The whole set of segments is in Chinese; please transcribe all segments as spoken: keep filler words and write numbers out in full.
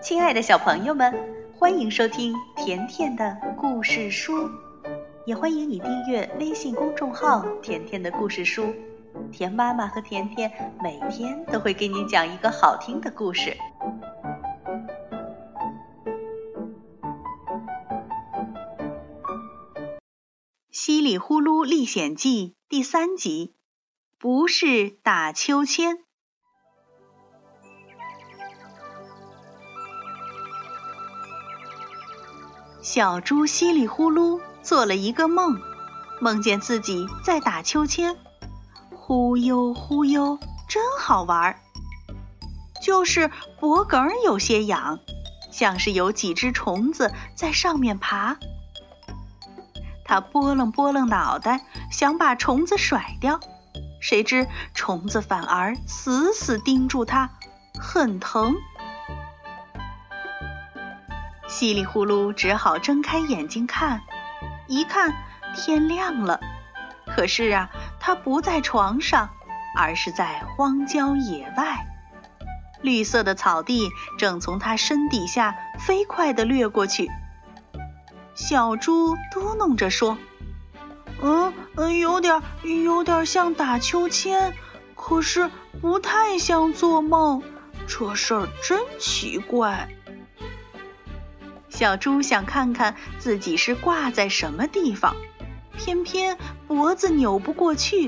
亲爱的小朋友们，欢迎收听甜甜的故事书，也欢迎你订阅微信公众号甜甜的故事书。甜妈妈和甜甜每天都会给你讲一个好听的故事。唏哩呼噜历险记第三集，不是打秋千。小猪唏哩呼噜做了一个梦，梦见自己在打秋千，忽悠忽悠，真好玩。就是脖梗有些痒，像是有几只虫子在上面爬。他拨楞拨楞脑袋，想把虫子甩掉，谁知虫子反而死死盯住他，很疼。唏哩呼噜只好睁开眼睛看，一看天亮了。可是啊，他不在床上，而是在荒郊野外。绿色的草地正从他身底下飞快地掠过去。小猪嘟哝着说：嗯嗯，有点有点像打秋千，可是不太像做梦，这事儿真奇怪。小猪想看看自己是挂在什么地方，偏偏脖子扭不过去。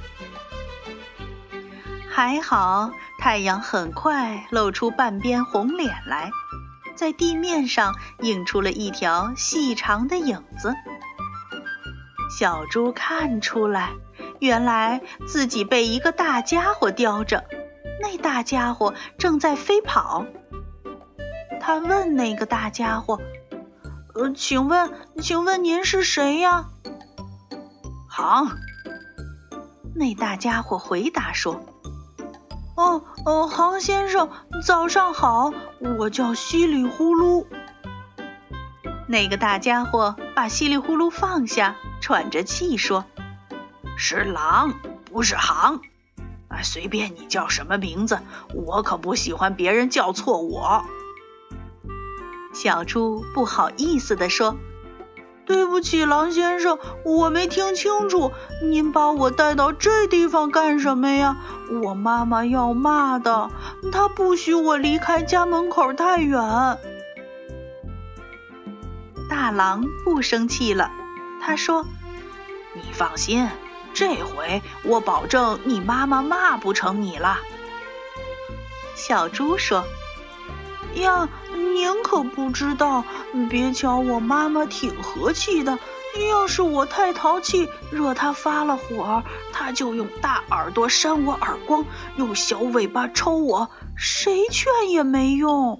还好太阳很快露出半边红脸来，在地面上映出了一条细长的影子。小猪看出来，原来自己被一个大家伙叼着，那大家伙正在飞跑。他问那个大家伙：呃，请问请问您是谁呀？ 行。 那大家伙回答说：哦哦，行先生，早上好，我叫唏哩呼噜。那个大家伙把唏哩呼噜放下，喘着气说： 是狼，不是行。哎，随便你叫什么名字，我可不喜欢别人叫错我。 小猪不好意思地说：对不起，狼先生，我没听清楚，您把我带到这地方干什么呀？我妈妈要骂的，她不许我离开家门口太远。大狼不生气了，他说： 你放心，这回我保证你妈妈骂不成你了。 小猪说：呀，您可不知道，别瞧我妈妈挺和气的，要是我太淘气，惹她发了火，她就用大耳朵扇我耳光，用小尾巴抽我，谁劝也没用。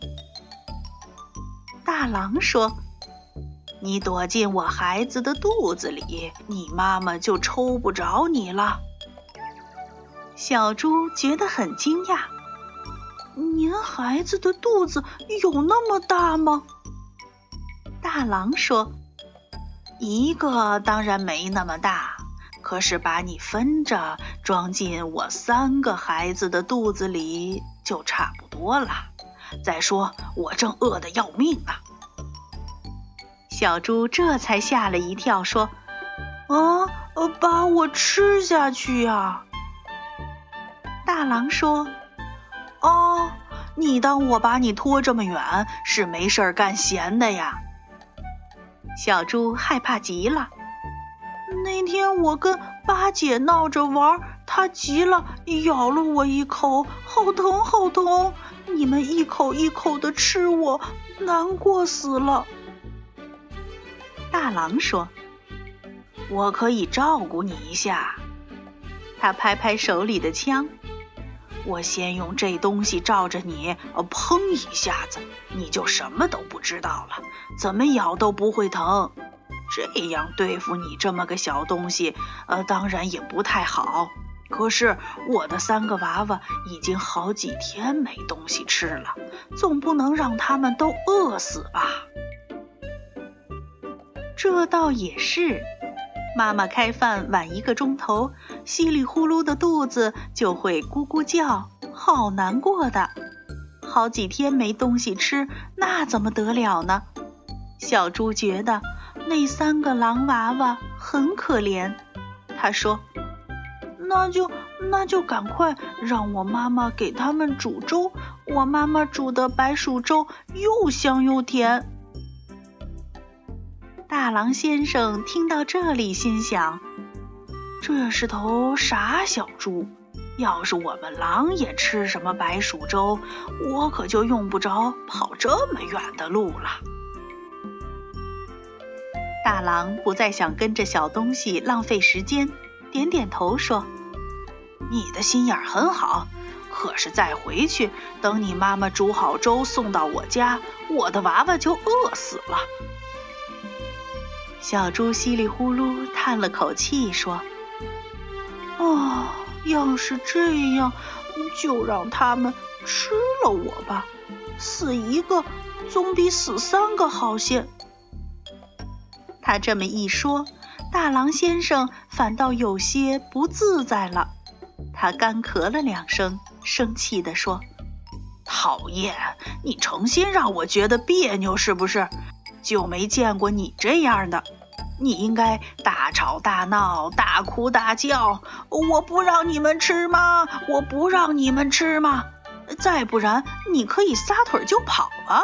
大狼说：你躲进我孩子的肚子里，你妈妈就抽不着你了。小猪觉得很惊讶：您孩子的肚子有那么大吗？大狼说：一个当然没那么大，可是把你分着装进我三个孩子的肚子里就差不多了。再说我正饿得要命呢。小猪这才吓了一跳，说：啊，把我吃下去呀！大狼说：哦，你当我把你拖这么远是没事儿干闲的呀？小猪害怕极了。那天我跟八姐闹着玩，她急了，咬了我一口，好疼好疼，你们一口一口的吃我，难过死了。大狼说：我可以照顾你一下。他拍拍手里的枪，我先用这东西照着你，砰一下子，你就什么都不知道了，怎么咬都不会疼。这样对付你这么个小东西，呃，当然也不太好。可是我的三个娃娃已经好几天没东西吃了，总不能让他们都饿死吧？这倒也是，妈妈开饭晚一个钟头，唏哩呼噜的肚子就会咕咕叫，好难过的。 好几天没东西吃，那怎么得了呢？小猪觉得那三个狼娃娃很可怜，他说：那就那就赶快让我妈妈给他们煮粥，我妈妈煮的白薯粥又香又甜。大狼先生听到这里心想，这是头傻小猪，要是我们狼也吃什么白薯粥，我可就用不着跑这么远的路了。大狼不再想跟着小东西浪费时间，点点头说：你的心眼很好，可是再回去，等你妈妈煮好粥送到我家，我的娃娃就饿死了。小猪稀里呼噜叹了口气说：哦，要是这样，就让他们吃了我吧，死一个总比死三个好些。他这么一说，大狼先生反倒有些不自在了，他干咳了两声，生气地说：讨厌，你诚心让我觉得别扭是不是？就没见过你这样的，你应该大吵大闹，大哭大叫，我不让你们吃吗？我不让你们吃吗？再不然你可以撒腿就跑啊。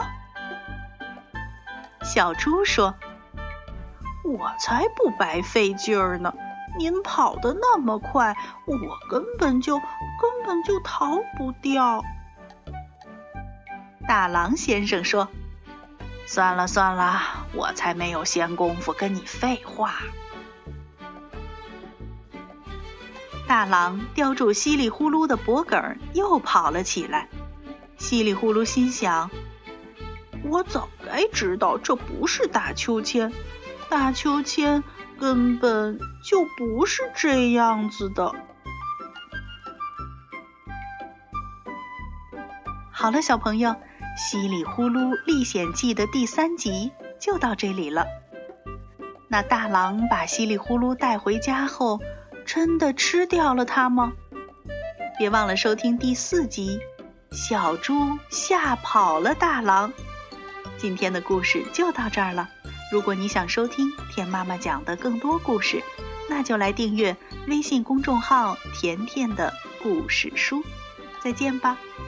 小猪说：我才不白费劲儿呢，您跑得那么快，我根本就根本就逃不掉。大狼先生说：算了算了，我才没有闲工夫跟你废话。大狼叼住稀里呼噜的脖梗又跑了起来。稀里呼噜心想：我早该知道这不是大秋千，大秋千根本就不是这样子的。好了，小朋友，稀里呼噜历险记的第三集就到这里了。那大狼把稀里呼噜带回家后，真的吃掉了它吗？别忘了收听第四集，小猪吓跑了大狼。今天的故事就到这儿了。如果你想收听田妈妈讲的更多故事，那就来订阅微信公众号甜甜的故事书。再见吧。